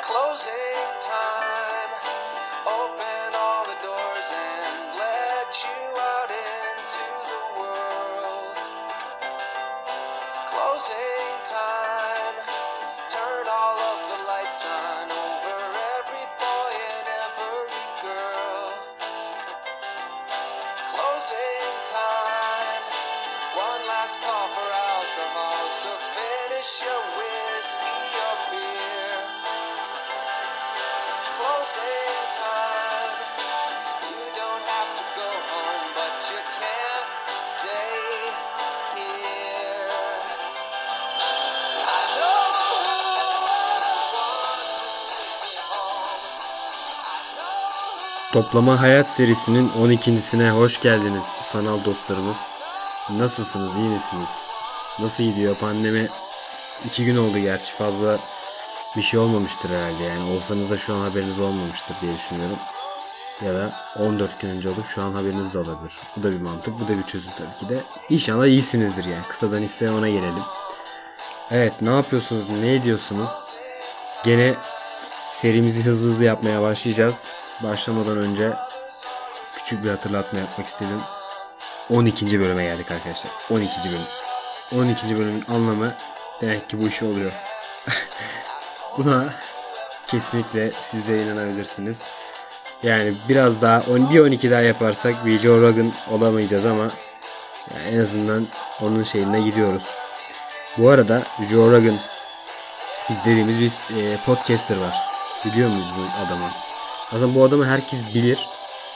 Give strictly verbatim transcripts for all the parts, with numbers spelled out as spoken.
Closing time. Open all the doors and let you out into the world. Closing time. Turn all of the lights on over every boy and every girl. Closing time. One last call for alcohol, so finish your whiskey or beer. Closing time. You don't have to go home, but you can't stay here. I know I want to take me home. I know. Toplama Hayat serisinin on ikincisine hoş geldiniz sanal dostlarımız. Nasılsınız, iyi misiniz? Nasıl gidiyor pandemi? iki gün oldu gerçi, fazla bir şey olmamıştır herhalde, yani olsanız da şu an haberiniz olmamıştır diye düşünüyorum. Ya da on dört gün önce olup şu an haberiniz de olabilir. Bu da bir mantık, bu da bir çözüm tabii ki de. İnşallah iyisinizdir yani. Kısadan hisseye ona gelelim. Evet, ne yapıyorsunuz, ne ediyorsunuz? Gene serimizi hızlı hızlı yapmaya başlayacağız. Başlamadan önce küçük bir hatırlatma yapmak istedim. on ikinci bölüme geldik arkadaşlar. on ikinci bölüm. on ikinci bölümün anlamı demek ki bu iş oluyor. Buna kesinlikle siz de inanabilirsiniz. Yani biraz daha bir on iki daha yaparsak bir Joe Rogan olamayacağız ama yani en azından onun şeyine gidiyoruz. Bu arada Joe Rogan dediğimiz bir e, podcaster var. Biliyor muyuz bu adamı? Aslında bu adamı herkes bilir.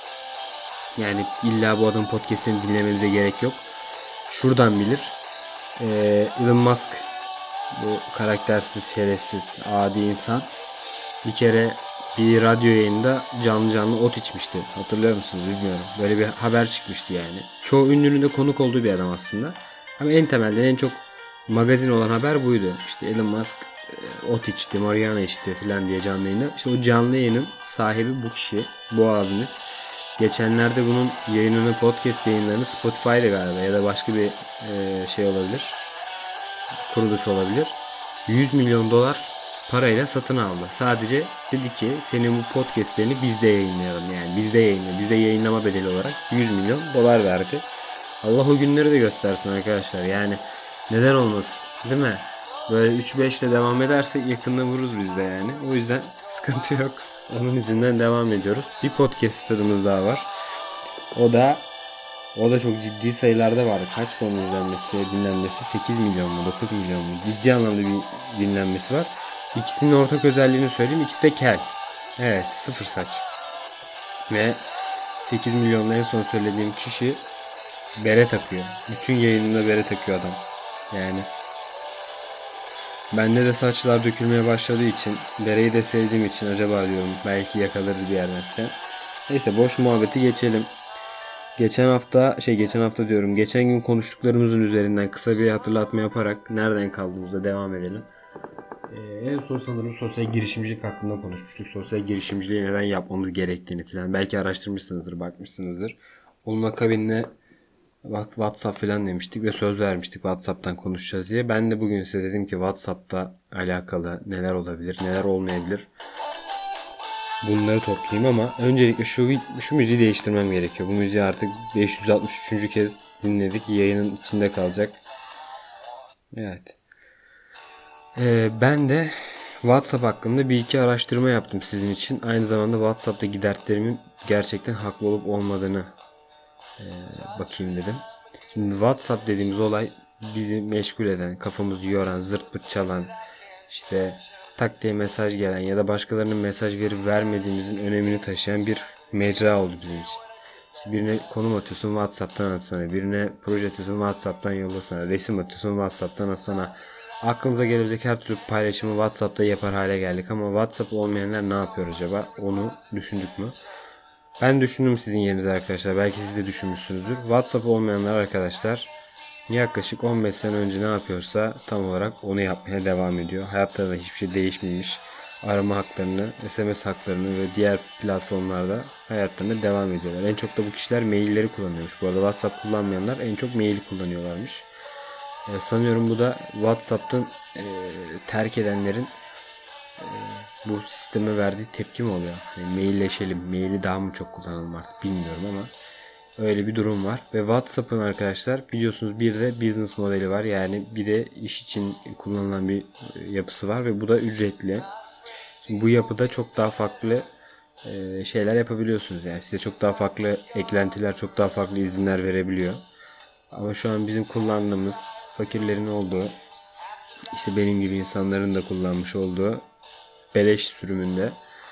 Yani illa bu adamın podcast'ini dinlemenize gerek yok. Şuradan bilir. Ee, Elon Musk, bu karaktersiz, şerefsiz, adi insan bir kere bir radyo yayında canlı canlı ot içmişti. Hatırlıyor musunuz bilmiyorum. Böyle bir haber çıkmıştı yani. Çoğu ünlünün de konuk olduğu bir adam aslında. Ama en temelden en çok magazin olan haber buydu. İşte Elon Musk e, ot içti, marihuana içti falan diye canlı yayında. İşte o canlı yayının sahibi bu kişi, bu abimiz. Geçenlerde bunun yayınını, podcast yayınlarını Spotify'da galiba ya da başka bir e, şey olabilir, kuruluş olabilir, yüz milyon dolar parayla satın aldı. Sadece dedi ki senin bu podcastlerini bizde yayınlayalım, yani bizde yayınla, bizde yayınlama bedeli olarak yüz milyon dolar verdi. Allah o günleri de göstersin arkadaşlar, yani neden olmasın değil mi? Böyle üç beş ile devam edersek yakında vururuz biz de yani. O yüzden sıkıntı yok. Onun izinden devam ediyoruz. Bir podcast'ımız daha var. O da o da çok ciddi sayılarda var. Kaç ton izlenmesi, dinlenmesi? sekiz milyon mu, dokuz milyon mu? Ciddi anlamda bir dinlenmesi var. İkisinin ortak özelliğini söyleyeyim. İkisi de kel. Evet, sıfır saç. Ve sekiz milyonla en son söylediğim kişi bere takıyor. Bütün yayınında bere takıyor adam. Yani bende de saçlar dökülmeye başladığı için, bereyi de sevdiğim için acaba diyorum belki yakalarız bir yerden falan. Neyse, boş muhabbeti geçelim. Geçen hafta şey geçen hafta diyorum geçen gün konuştuklarımızın üzerinden kısa bir hatırlatma yaparak nereden kaldığımızda devam edelim. Ee, en son sanırım sosyal girişimcilik hakkında konuşmuştuk. Sosyal girişimciliği neden yapmamız gerektiğini falan. Belki araştırmışsınızdır, bakmışsınızdır. Onun akabinde WhatsApp falan demiştik ve söz vermiştik WhatsApp'tan konuşacağız diye. Ben de bugün size dedim ki WhatsApp'ta alakalı neler olabilir, neler olmayabilir. Bunları toplayayım ama öncelikle şu şu müziği değiştirmem gerekiyor. Bu müziği artık beş yüz altmış üçüncü kez dinledik. Yayının içinde kalacak. Evet. Ee, ben de WhatsApp hakkında bir iki araştırma yaptım sizin için. Aynı zamanda WhatsApp'taki dertlerimin gerçekten haklı olup olmadığını e, bakayım dedim. Şimdi WhatsApp dediğimiz olay bizi meşgul eden, kafamızı yoran, zırt pırt çalan, işte tak diye mesaj gelen ya da başkalarının mesaj verip vermediğimizin önemini taşıyan bir mecra oldu bizim için. İşte birine konum atıyorsun, WhatsApp'tan atsana, birine proje atıyorsun, WhatsApp'tan yollasana, resim atıyorsun, WhatsApp'tan atsana. Aklınıza gelebilecek her türlü paylaşımı WhatsApp'ta yapar hale geldik ama WhatsApp olmayanlar ne yapıyor acaba? Onu düşündük mü? Ben düşündüm sizin yerinize arkadaşlar. Belki siz de düşünmüşsünüzdür. WhatsApp olmayanlar arkadaşlar yaklaşık on beş sene önce ne yapıyorsa tam olarak onu yapmaya devam ediyor. Hayatlarında hiçbir şey değişmemiş. Arama haklarını, S M S haklarını ve diğer platformlarda hayatlarına devam ediyorlar. En çok da bu kişiler mailleri kullanıyormuş. Bu arada WhatsApp kullanmayanlar en çok maili kullanıyorlarmış. Ee, sanıyorum bu da WhatsApp'tan e, terk edenlerin e, bu sisteme verdiği tepki mi oluyor? Yani mailleşelim, maili daha mı çok kullanalım artık bilmiyorum ama öyle bir durum var. Ve WhatsApp'ın arkadaşlar biliyorsunuz bir de business modeli var. Yani bir de iş için kullanılan bir yapısı var ve bu da ücretli. Şimdi bu yapıda çok daha farklı şeyler yapabiliyorsunuz. Yani size çok daha farklı eklentiler, çok daha farklı izinler verebiliyor. Ama şu an bizim kullandığımız, fakirlerin olduğu, işte benim gibi insanların da kullanmış olduğu beleş sürümünde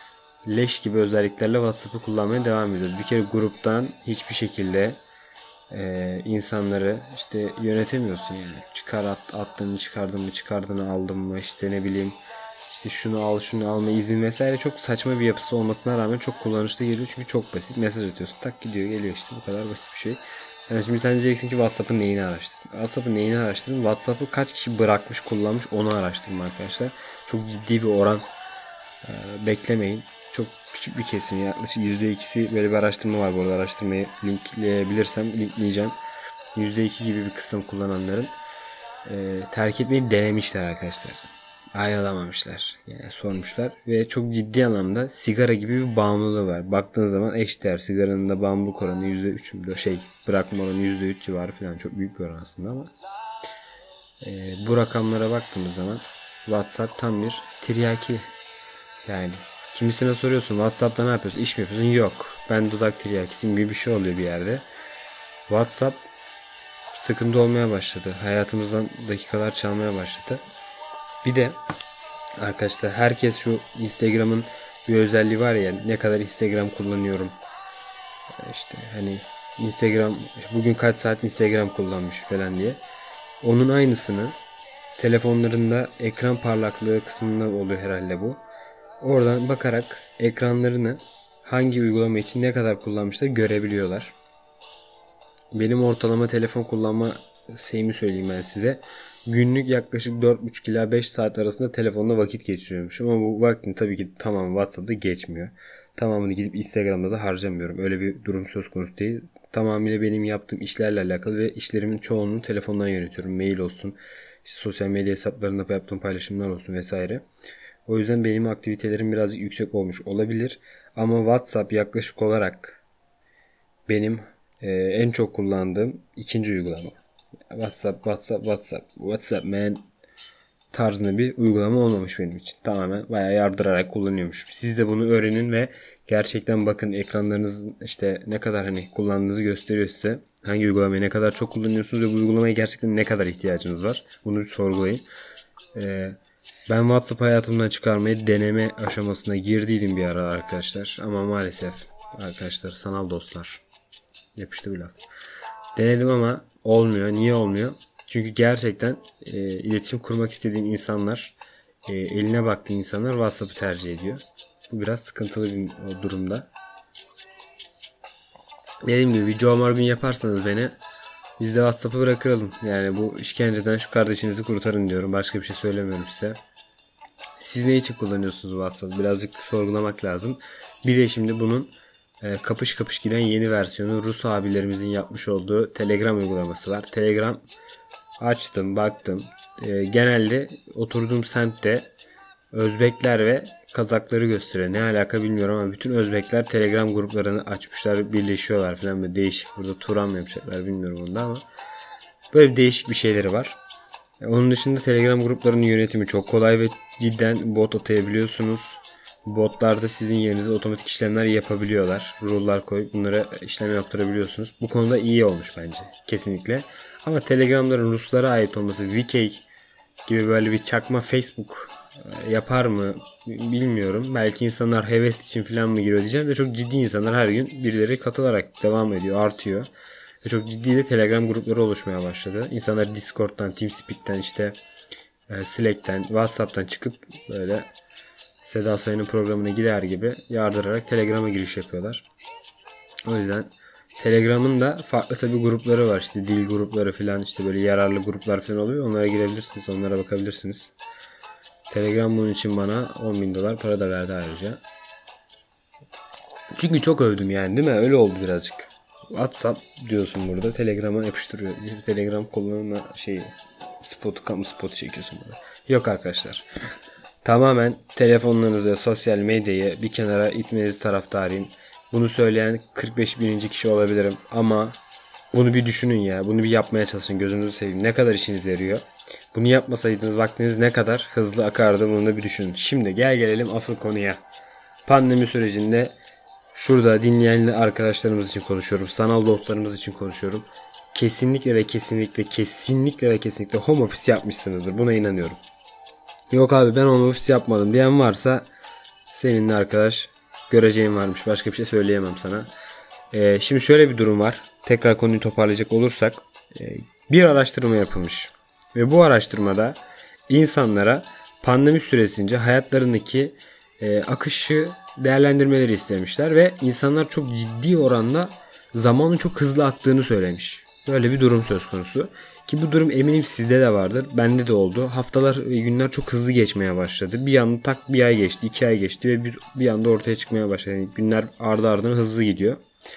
leş gibi özelliklerle WhatsApp'ı kullanmaya devam ediyoruz. Bir kere gruptan hiçbir şekilde e, insanları işte yönetemiyorsun yani. Çıkar at, attığını çıkardın mı, çıkardığını aldın mı, işte ne bileyim işte şunu al, şunu alma izin vesaire, çok saçma bir yapısı olmasına rağmen çok kullanışlı geliyor. Çünkü çok basit. Mesaj atıyorsun, tak gidiyor, geliyor, işte bu kadar basit bir şey. Yani şimdi sen diyeceksin ki WhatsApp'ın neyini araştırdın? WhatsApp'ın neyini araştırdın? WhatsApp'ı kaç kişi bırakmış, kullanmış, onu araştırın arkadaşlar. Çok ciddi bir oran e, beklemeyin. Çok küçük bir kesim, yaklaşık yüzde ikisi böyle bir araştırma var bu arada. Araştırmayı linkleyebilirsem linkleyeceğim. yüzde iki gibi bir kısım kullananların e, terk etmeyi denemişler arkadaşlar. Ayrılamamışlar. Yani sormuşlar ve çok ciddi anlamda sigara gibi bir bağımlılığı var. Baktığınız zaman eşdeğer, sigaranın da bağımlılık oranı yüzde üç, şey bırakma oranı yüzde üç civarı falan, çok büyük bir oran aslında ama e, bu rakamlara baktığımız zaman WhatsApp tam bir tiryaki. Yani kimisine soruyorsun WhatsApp'ta ne yapıyorsun? İş mi yapıyorsun? Yok. Ben dudak tiryakisiyim gibi bir şey oluyor bir yerde. WhatsApp sıkıntı olmaya başladı. Hayatımızdan dakikalar çalmaya başladı. Bir de arkadaşlar herkes şu Instagram'ın bir özelliği var ya, ne kadar Instagram kullanıyorum. İşte hani Instagram bugün kaç saat Instagram kullanmış falan diye. Onun aynısını telefonlarında ekran parlaklığı kısmında oluyor herhalde bu. Oradan bakarak ekranlarını hangi uygulama için ne kadar kullanmışlar görebiliyorlar. Benim ortalama telefon kullanma şeyimi söyleyeyim ben size. Günlük yaklaşık dört buçuk ila beş saat arasında telefonda vakit geçiriyormuşum. Ama bu vaktin tabii ki tamamı WhatsApp'ta geçmiyor. Tamamını gidip Instagram'da da harcamıyorum. Öyle bir durum söz konusu değil. Tamamıyla benim yaptığım işlerle alakalı ve işlerimin çoğunluğunu telefondan yönetiyorum. Mail olsun, işte sosyal medya hesaplarında yaptığım paylaşımlar olsun vesaire. O yüzden benim aktivitelerim birazcık yüksek olmuş olabilir. Ama WhatsApp yaklaşık olarak benim e, en çok kullandığım ikinci uygulama. WhatsApp, WhatsApp, WhatsApp, WhatsApp man tarzında bir uygulama olmamış benim için. Tamamen bayağı yardırarak kullanıyormuşum. Siz de bunu öğrenin ve gerçekten bakın, ekranlarınız işte ne kadar hani kullandığınızı gösteriyor size. Hangi uygulamayı ne kadar çok kullanıyorsunuz ve bu uygulamaya gerçekten ne kadar ihtiyacınız var. Bunu bir sorgulayın. Ee, ben WhatsApp hayatımdan çıkarmayı deneme aşamasına girdiydim bir ara arkadaşlar. Ama maalesef arkadaşlar, sanal dostlar, yapıştı bir laf. Denedim ama olmuyor. Niye olmuyor? Çünkü gerçekten e, iletişim kurmak istediğin insanlar, e, eline baktığı insanlar WhatsApp'ı tercih ediyor. Bu biraz sıkıntılı bir durumda. Dediğim gibi bir Joe Morgan yaparsanız beni, biz de WhatsApp'ı bırakalım. Yani bu işkenceden şu kardeşinizi kurtarın diyorum. Başka bir şey söylemiyorum size. Siz ne için kullanıyorsunuz WhatsApp'ı? Birazcık sorgulamak lazım. Bir de şimdi bunun e, kapış kapış giden yeni versiyonu, Rus abilerimizin yapmış olduğu Telegram uygulaması var. Telegram açtım, baktım. E, genelde oturduğum semtte Özbekler ve Kazakları gösteriyor. Ne alaka bilmiyorum ama bütün Özbekler Telegram gruplarını açmışlar, birleşiyorlar falan, böyle değişik. Burada Turan mı yapacaklar bilmiyorum onda ama böyle değişik bir şeyleri var. Onun dışında Telegram gruplarının yönetimi çok kolay ve cidden bot atayabiliyorsunuz. Botlarda sizin yerinize otomatik işlemler yapabiliyorlar. Rule'lar koyup bunlara işlem yaptırabiliyorsunuz. Bu konuda iyi olmuş bence. Kesinlikle. Ama Telegram'ların Ruslara ait olması, V K gibi böyle bir çakma Facebook yapar mı bilmiyorum. Belki insanlar heves için falan mı giriyor diyeceğim de çok ciddi insanlar her gün birileri katılarak devam ediyor, artıyor. Ve çok ciddi de Telegram grupları oluşmaya başladı. İnsanlar Discord'dan, TeamSpeak'ten, işte Slack'ten, WhatsApp'tan çıkıp böyle Seda Sayın'ın programına gider gibi yardırarak Telegram'a giriş yapıyorlar. O yüzden Telegram'ın da farklı tabi grupları var. İşte dil grupları falan, işte böyle yararlı gruplar falan oluyor. Onlara girebilirsiniz, onlara bakabilirsiniz. Telegram bunun için bana on bin dolar para da verdi ayrıca. Çünkü çok övdüm yani, değil mi? Öyle oldu birazcık. WhatsApp diyorsun burada, Telegram'a yapıştırıyor. Telegram kullanma şeyi, spotu, kamu spotu çekiyorsun burada. Yok arkadaşlar. Tamamen telefonlarınızı ve sosyal medyayı bir kenara itmeniz taraftarıyım. Bunu söyleyen kırk beş bininci kişi olabilirim ama bunu bir düşünün ya. Bunu bir yapmaya çalışın. Gözünüzü seveyim. Ne kadar işinize yarıyor? Bunu yapmasaydınız vaktiniz ne kadar hızlı akardı, bunu da bir düşünün. Şimdi gel gelelim asıl konuya. Pandemi sürecinde şurada dinleyen arkadaşlarımız için konuşuyorum. Sanal dostlarımız için konuşuyorum. Kesinlikle ve kesinlikle kesinlikle ve kesinlikle home office yapmışsınızdır. Buna inanıyorum. Yok abi ben home office yapmadım diyen varsa seninle arkadaş göreceğim varmış. Başka bir şey söyleyemem sana. Ee, şimdi şöyle bir durum var. Tekrar konuyu toparlayacak olursak. E, bir araştırma yapılmış. Ve bu araştırmada insanlara pandemi süresince hayatlarındaki e, akışı değerlendirmeleri istemişler. Ve insanlar çok ciddi oranda zamanın çok hızlı aktığını söylemiş. Böyle bir durum söz konusu. Ki bu durum eminim sizde de vardır. Bende de oldu. Haftalar ve günler çok hızlı geçmeye başladı. Bir anda tak bir ay geçti, iki ay geçti ve bir, bir anda ortaya çıkmaya başladı. Yani günler ardı ardına hızlı gidiyor.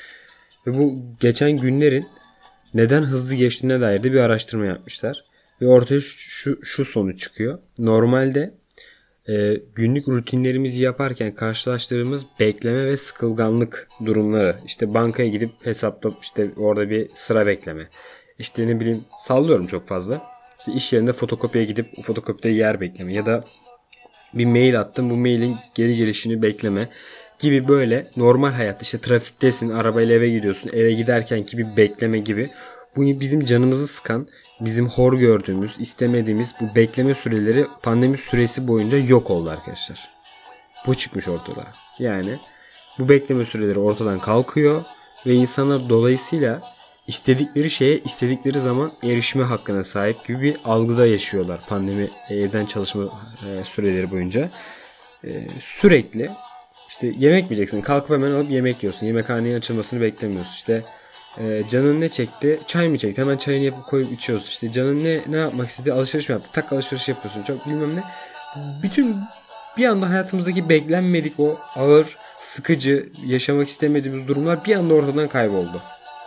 Ve bu geçen günlerin neden hızlı geçtiğine dair de bir araştırma yapmışlar. Ve ortaya şu, şu, şu sonuç çıkıyor. Normalde e, günlük rutinlerimizi yaparken karşılaştığımız bekleme ve sıkılganlık durumları. İşte bankaya gidip hesapla işte orada bir sıra bekleme. İşte ne bileyim sallıyorum çok fazla. İşte iş yerinde fotokopiye gidip fotokopide yer bekleme. Ya da bir mail attım, bu mailin geri gelişini bekleme gibi böyle normal hayatta işte trafiktesin, arabayla eve gidiyorsun, eve giderken ki bir bekleme gibi. Bu bizim canımızı sıkan, bizim hor gördüğümüz, istemediğimiz bu bekleme süreleri pandemi süresi boyunca yok oldu arkadaşlar. Bu çıkmış ortada. Yani bu bekleme süreleri ortadan kalkıyor ve insanlar dolayısıyla istedikleri şeye istedikleri zaman erişme hakkına sahip gibi bir algıda yaşıyorlar pandemi evden çalışma süreleri boyunca. Sürekli işte yemek yiyeceksin, kalkıp hemen alıp yemek yiyorsun. Yemekhanenin açılmasını beklemiyorsun. İşte e, canın ne çekti? Çay mı çekti? Hemen çayını yapıp koyup içiyorsun. İşte canın ne ne yapmak istedi? Alışveriş mi yaptı? Tak alışveriş yapıyorsun. Çok bilmem ne. Bütün bir anda hayatımızdaki beklenmedik o ağır, sıkıcı, yaşamak istemediğimiz durumlar bir anda ortadan kayboldu.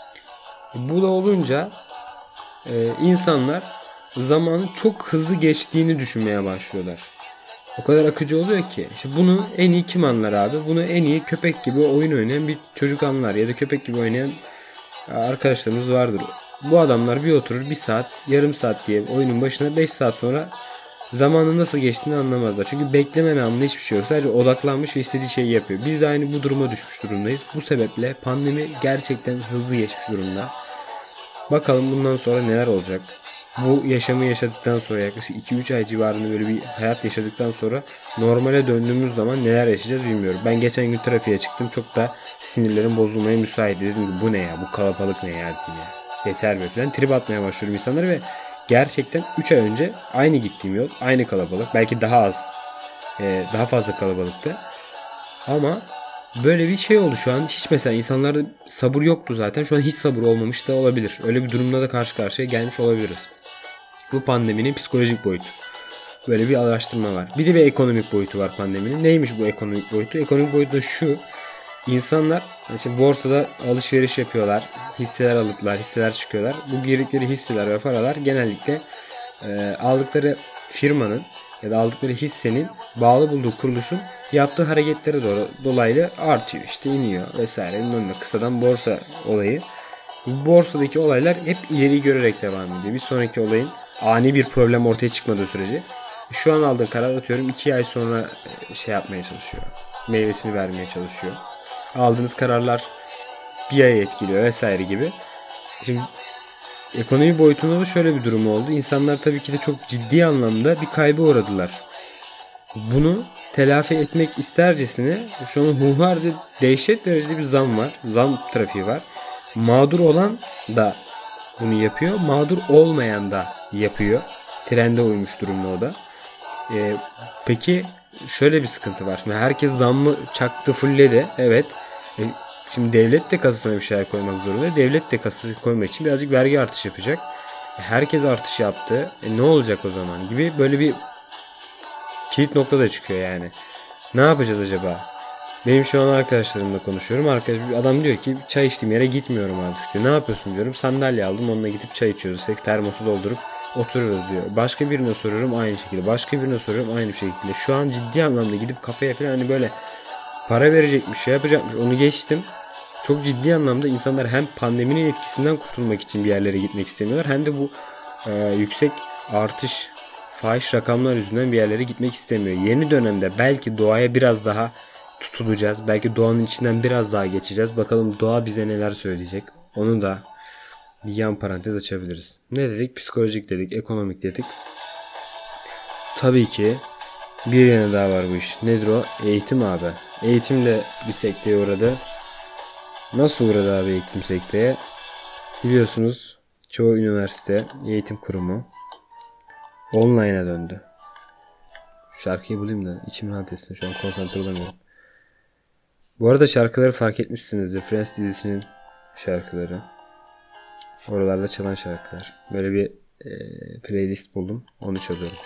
Bu da olunca e, insanlar zamanın çok hızlı geçtiğini düşünmeye başlıyorlar. O kadar akıcı oluyor ki. İşte bunu en iyi kim anlar abi? Bunu en iyi köpek gibi oyun oynayan bir çocuk anlar. Ya da köpek gibi oynayan arkadaşlarımız vardır. Bu adamlar bir oturur bir saat, yarım saat diye oyunun başına beş saat sonra zamanın nasıl geçtiğini anlamazlar. Çünkü bekleme namında hiçbir şey yok. Sadece odaklanmış ve istediği şeyi yapıyor. Biz de aynı bu duruma düşmüş durumdayız. Bu sebeple pandemi gerçekten hızlı geçmiş durumda. Bakalım bundan sonra neler olacak? Bu yaşamı yaşadıktan sonra yaklaşık iki üç ay civarında böyle bir hayat yaşadıktan sonra normale döndüğümüz zaman neler yaşayacağız bilmiyorum. Ben geçen gün trafiğe çıktım. Çok da sinirlerim bozulmaya müsait. Dedim ki bu ne ya? Bu kalabalık ne ya? Dedim ya. Yeter be falan. Trip atmaya başlıyorum insanlara ve gerçekten üç ay önce aynı gittiğim yol. Aynı kalabalık. Belki daha az. Daha fazla kalabalıktı. Ama böyle bir şey oldu şu an. Hiç mesela insanlarda sabır yoktu zaten. Şu an hiç sabır olmamış da olabilir. Öyle bir durumda da karşı karşıya gelmiş olabiliriz. Bu pandeminin psikolojik boyutu. Böyle bir araştırma var. Bir de bir ekonomik boyutu var pandeminin. Neymiş bu ekonomik boyutu? Ekonomik boyutu da şu. İnsanlar işte borsada alışveriş yapıyorlar. Hisseler alıplar, hisseler çıkıyorlar. Bu girdikleri hisseler ve paralar genellikle e, aldıkları firmanın ya da aldıkları hissenin bağlı bulduğu kuruluşun yaptığı hareketlere doğru dolaylı artıyor. İşte iniyor vesaire. Bilmem ne. Kısadan borsa olayı. Bu borsadaki olaylar hep ileri görerek devam ediyor. Bir sonraki olayın ani bir problem ortaya çıkmadığı sürece şu an aldığın karar atıyorum iki ay sonra şey yapmaya çalışıyor. Meyvesini vermeye çalışıyor. Aldığınız kararlar bir ay etkiliyor vesaire gibi. Şimdi ekonomi boyutunda da şöyle bir durum oldu. İnsanlar tabii ki de çok ciddi anlamda bir kayba uğradılar. Bunu telafi etmek istercesine şu an hunharca dehşet derecede bir zam var. Zam trafiği var. Mağdur olan da bunu yapıyor. Mağdur olmayan da yapıyor. Trende uymuş durumda o da. Ee, peki şöyle bir sıkıntı var. Şimdi herkes zammı çaktı, fulledi. Evet. E, şimdi devlet de kasasına bir şeyler koymak zorunda. Devlet de kasasına koymak için birazcık vergi artışı yapacak. Herkes artış yaptı. E, ne olacak o zaman gibi böyle bir kilit nokta da çıkıyor yani. Ne yapacağız acaba? Benim şu an arkadaşlarımla konuşuyorum. Arkadaş, adam diyor ki çay içtiğim yere gitmiyorum artık diyor. Ne yapıyorsun diyorum. Sandalye aldım, onunla gidip çay içiyoruz. İşte termosu doldurup oturuyoruz diyor. Başka birine soruyorum aynı şekilde. Başka birine soruyorum aynı şekilde. Şu an ciddi anlamda gidip kafeye falan hani böyle para verecekmiş, şey yapacakmış, onu geçtim. Çok ciddi anlamda insanlar hem pandeminin etkisinden kurtulmak için bir yerlere gitmek istemiyorlar, hem de bu e, yüksek artış, fahiş rakamlar yüzünden bir yerlere gitmek istemiyor. Yeni dönemde belki doğaya biraz daha tutulacağız. Belki doğanın içinden biraz daha geçeceğiz. Bakalım doğa bize neler söyleyecek. Onu da bir yan parantez açabiliriz. Ne dedik? Psikolojik dedik, ekonomik dedik. Tabii ki bir yana daha var bu iş. Nedir o? Eğitim abi. Eğitimle bir sekteye uğradı. Nasıl uğradı abi eğitim sekteye? Biliyorsunuz çoğu üniversite, eğitim kurumu online'a döndü. Şarkıyı bulayım da içim rahat etsin. Şu an konsantre olamıyorum. Bu arada şarkıları fark etmişsinizdir. Friends dizisinin şarkıları. Oralarda çalan şarkılar. Böyle bir e, playlist buldum. Onu çalıyorum.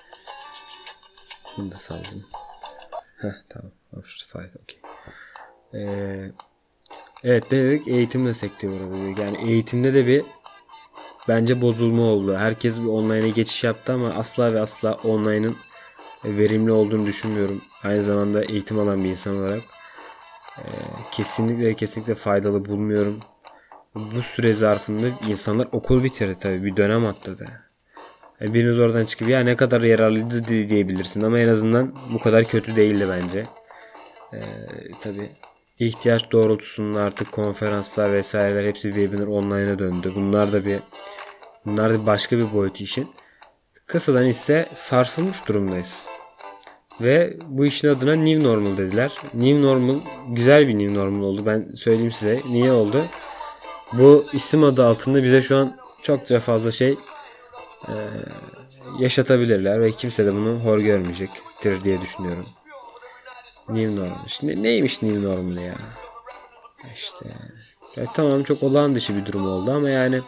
Bunu da saldım. Heh tamam. Five, okay. Ee, evet dedik eğitimle sekteye uğradı. Yani eğitimde de bir bence bozulma oldu. Herkes bir online'a geçiş yaptı ama asla ve asla online'ın verimli olduğunu düşünmüyorum. Aynı zamanda eğitim alan bir insan olarak e, kesinlikle kesinlikle faydalı bulmuyorum. Bu süre zarfında insanlar okul bitirdi tabii. Bir dönem atladı. Yani biriniz oradan çıkıp ya ne kadar yararlıydı diyebilirsin ama en azından bu kadar kötü değildi bence. Ee, tabii ihtiyaç doğrultusunda artık konferanslar vesaireler hepsi webinar online'a döndü. Bunlar da bir bunlar da başka bir boyutu işin. Kısadan ise sarsılmış durumdayız. Ve bu işin adına New Normal dediler. New Normal güzel bir New Normal oldu. Ben söyleyeyim size. Niye oldu? Bu isim adı altında bize şu an çok fazla şey e, yaşatabilirler ve kimse de bunu hor görmeyecektir diye düşünüyorum. New Normal. Şimdi neymiş New Normal ya? İşte ya tamam çok olağan dışı bir durum oldu ama yani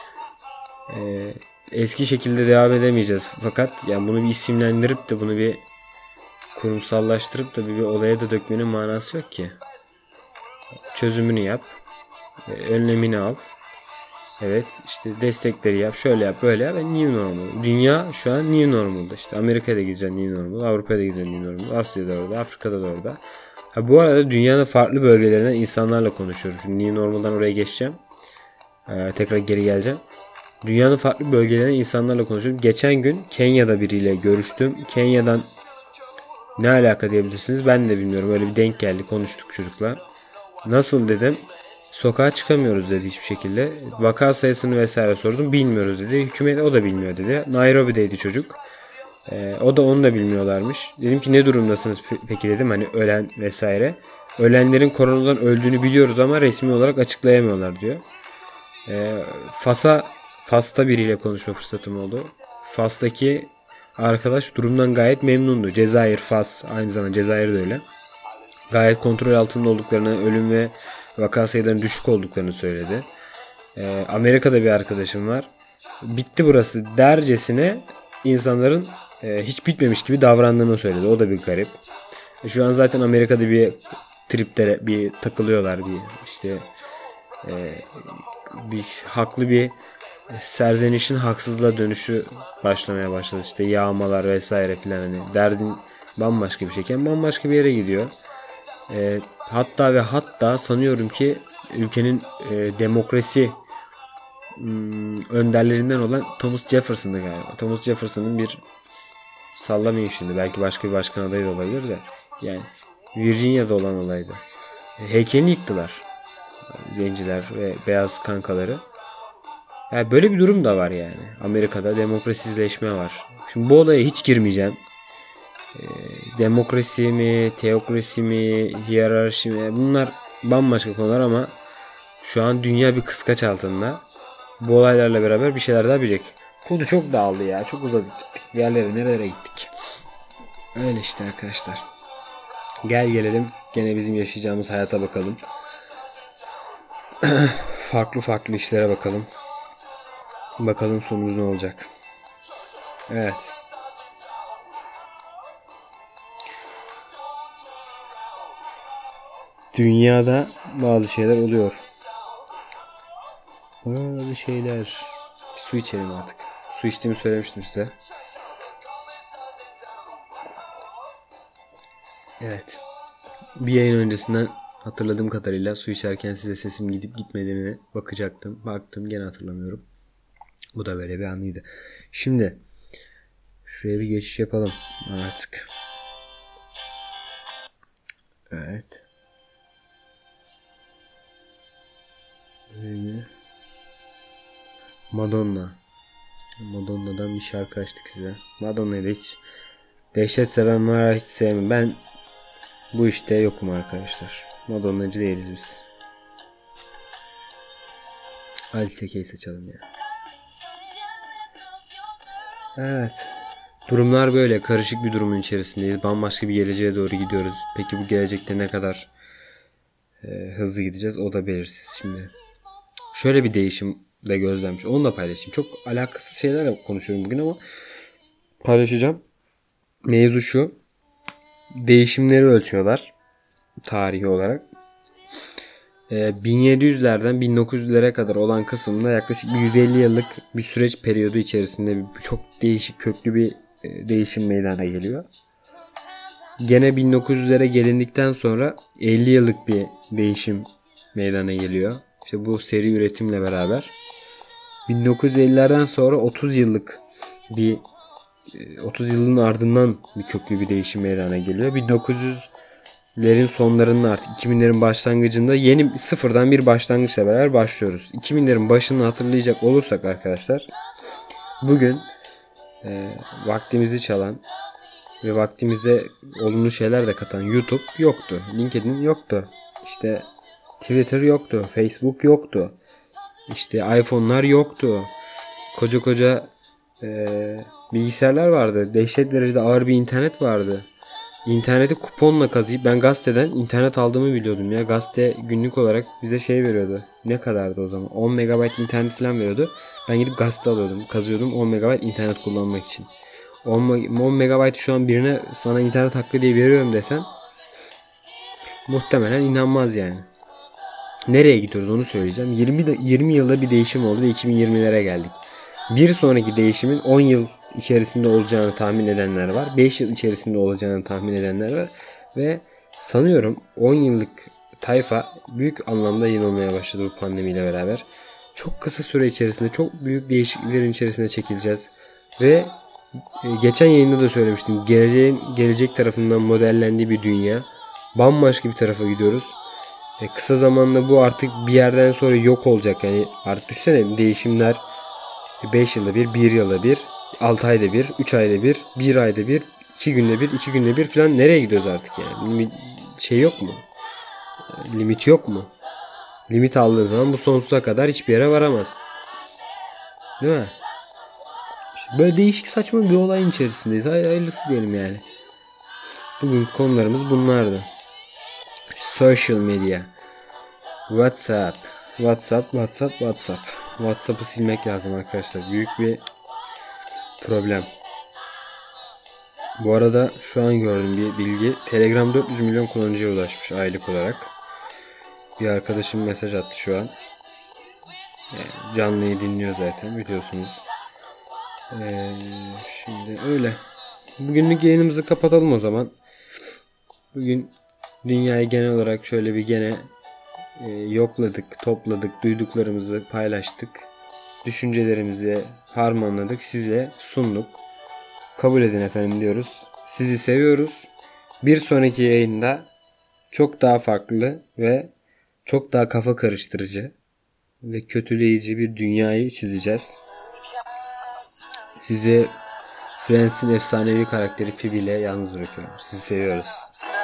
e, eski şekilde devam edemeyeceğiz. Fakat yani bunu bir isimlendirip de bunu bir kurumsallaştırıp da bir, bir olaya da dökmenin manası yok ki. Çözümünü yap. Önlemini al. Evet işte destekleri yap. Şöyle yap böyle yap. New Normal. Dünya şu an New Normal'da. İşte Amerika'da gideceksin New Normal. Avrupa'da gideceksin New Normal. Asya'da orada. Afrika'da da orada. Ha, bu arada dünyanın farklı bölgelerinden insanlarla konuşuyoruz. Şimdi New Normal'dan oraya geçeceğim. Ee, tekrar geri geleceğim. Dünyanın farklı bölgelerinden insanlarla konuşuyorum. Geçen gün Kenya'da biriyle görüştüm. Kenya'dan ne alaka diyebilirsiniz. Ben de bilmiyorum. Öyle bir denk geldi. Konuştuk çocukla. Nasıl dedim. Sokağa çıkamıyoruz dedi hiçbir şekilde. Vaka sayısını vesaire sordum. Bilmiyoruz dedi. Hükümet o da bilmiyor dedi. Nairobi'deydi çocuk. Ee, o da onu da bilmiyorlarmış. Dedim ki ne durumdasınız peki dedim. Hani ölen vesaire. Ölenlerin koronadan öldüğünü biliyoruz ama resmi olarak açıklayamıyorlar diyor. Ee, Fas'a Fas'ta biriyle konuşma fırsatım oldu. Fas'taki arkadaş durumdan gayet memnundu. Cezayir, Fas aynı zamanda Cezayir de öyle. Gayet kontrol altında olduklarını, ölüm ve vaka sayılarının düşük olduklarını söyledi. Ee, Amerika'da bir arkadaşım var. Bitti burası dercesine insanların e, hiç bitmemiş gibi davrandığını söyledi. O da bir garip. E, şu an zaten Amerika'da bir triplere bir takılıyorlar bir işte e, bir haklı bir serzenişin haksızlığa dönüşü başlamaya başladı. İşte yağmalar vesaire filan hani derdin bambaşka bir şeyken bambaşka bir yere gidiyor. E, hatta ve hatta sanıyorum ki ülkenin e, demokrasi m, önderlerinden olan Thomas Jefferson'dı galiba. Thomas Jefferson'ın bir sallamayayım şimdi. Belki başka bir başkan adayı da olabilir de. Yani Virginia'da olan olaydı. E, heykelini yıktılar. Zenciler ve beyaz kankaları. Yani böyle bir durum da var yani. Amerika'da demokrasizleşme var. Şimdi bu olaya hiç girmeyeceğim. E, demokrasi mi, teokrasi mi, hiyerarşi mi? Bunlar bambaşka konular ama şu an dünya bir kıskaç altında. Bu olaylarla beraber bir şeyler daha bilecek. Konu çok dağıldı ya. Çok uzadık gittik. Yerlere nerelere gittik. Öyle işte arkadaşlar. Gel gelelim. Gene bizim yaşayacağımız hayata bakalım. farklı farklı işlere bakalım. Bakalım sonumuz ne olacak. Evet. Dünyada bazı şeyler oluyor. Bazı şeyler. Su içelim artık. Su içtiğimi söylemiştim size. Evet. Bir yayın öncesinden hatırladığım kadarıyla su içerken size sesim gidip gitmediğine bakacaktım. Baktım, gene hatırlamıyorum. Bu da böyle bir anıydı. Şimdi şuraya bir geçiş yapalım artık. Evet. Böyle. Madonna. Madonna'dan bir şarkı açtık size. Madonna'yı da hiç dehşet seven var, hiç sevmem. Ben bu işte yokum arkadaşlar. Madonna'cı değiliz biz. Alice Keys'i açalım ya. Evet. Durumlar böyle. Karışık bir durumun içerisindeyiz. Bambaşka bir geleceğe doğru gidiyoruz. Peki bu gelecekte ne kadar e, hızlı gideceğiz, o da belirsiz şimdi. Şöyle bir değişim de gözlenmiş. Onu da paylaşayım. Çok alakasız şeyler konuşuyorum bugün ama paylaşacağım. Mevzu şu. Değişimleri ölçüyorlar. Tarihi olarak. Ee, bin yedi yüzlerden bin dokuz yüzlere kadar olan kısımda yaklaşık bir yüz elli yıllık bir süreç periyodu içerisinde bir, çok değişik, köklü bir e, değişim meydana geliyor. Gene bin dokuz yüzlere gelindikten sonra elli yıllık bir değişim meydana geliyor. İşte bu seri üretimle beraber. bin dokuz yüz ellilerden sonra otuz yıllık bir otuz yılın ardından bir köklü bir değişim meydana geliyor. bin dokuz yüzlerin sonlarının artık iki binlerin başlangıcında yeni sıfırdan bir başlangıçla beraber başlıyoruz. iki binlerin başını hatırlayacak olursak arkadaşlar, bugün e, vaktimizi çalan ve vaktimize olumlu şeyler de katan YouTube yoktu. LinkedIn yoktu. İşte Twitter yoktu. Facebook yoktu. İşte iPhone'lar yoktu. Koca koca e, bilgisayarlar vardı. Dehşet derecede ağır bir internet vardı. İnterneti kuponla kazıyıp, ben gazeteden internet aldığımı biliyordum ya. Gazete günlük olarak bize şey veriyordu. Ne kadardı o zaman? on megabayt internet falan veriyordu. Ben gidip gazete alıyordum. Kazıyordum on megabayt internet kullanmak için. on megabayt şu an birine sana internet hakkı diye veriyorum desen muhtemelen inanmaz yani. Nereye gidiyoruz onu söyleyeceğim. yirmi, yirmi yılda bir değişim oldu ve iki bin yirmilere geldik. Bir sonraki değişimin on yıl içerisinde olacağını tahmin edenler var. beş yıl içerisinde olacağını tahmin edenler var. Ve sanıyorum on yıllık tayfa büyük anlamda yanılmaya başladı bu pandemiyle beraber. Çok kısa süre içerisinde çok büyük değişikliklerin içerisine çekileceğiz. Ve geçen yayında da söylemiştim. Geleceğin gelecek tarafından modellendiği bir dünya. Bambaşka bir tarafa gidiyoruz. E kısa zamanda bu artık bir yerden sonra yok olacak. Yani artık düşünsene, değişimler beş yılda bir, bir yılda bir, altı ayda bir, üç ayda bir, bir ayda bir, iki günde bir, iki günde bir falan, nereye gidiyoruz artık yani? Şey yok mu? Limit yok mu? Limit aldığı zaman bu sonsuza kadar hiçbir yere varamaz. Değil mi? İşte böyle değişik, saçma bir olayın içerisindeyiz. Hayırlısı diyelim yani. Bugünkü konularımız bunlardı. Social media. WhatsApp. WhatsApp, WhatsApp, WhatsApp. WhatsApp'ı silmek lazım arkadaşlar. Büyük bir problem. Bu arada şu an gördüğüm bir bilgi. Telegram dört yüz milyon kullanıcıya ulaşmış aylık olarak. Bir arkadaşım mesaj attı şu an. Yani canlıyı dinliyor zaten, biliyorsunuz. Ee, şimdi öyle. Bugünlük yayınımızı kapatalım o zaman. Bugün dünyayı genel olarak şöyle bir gene e, yokladık, topladık, duyduklarımızı paylaştık. Düşüncelerimizi harmanladık, size sunduk. Kabul edin efendim diyoruz. Sizi seviyoruz. Bir sonraki yayında çok daha farklı ve çok daha kafa karıştırıcı ve kötüleyici bir dünyayı çizeceğiz. Sizi Friends'in efsanevi karakteri Phoebe ile yalnız bırakıyorum. Sizi seviyoruz.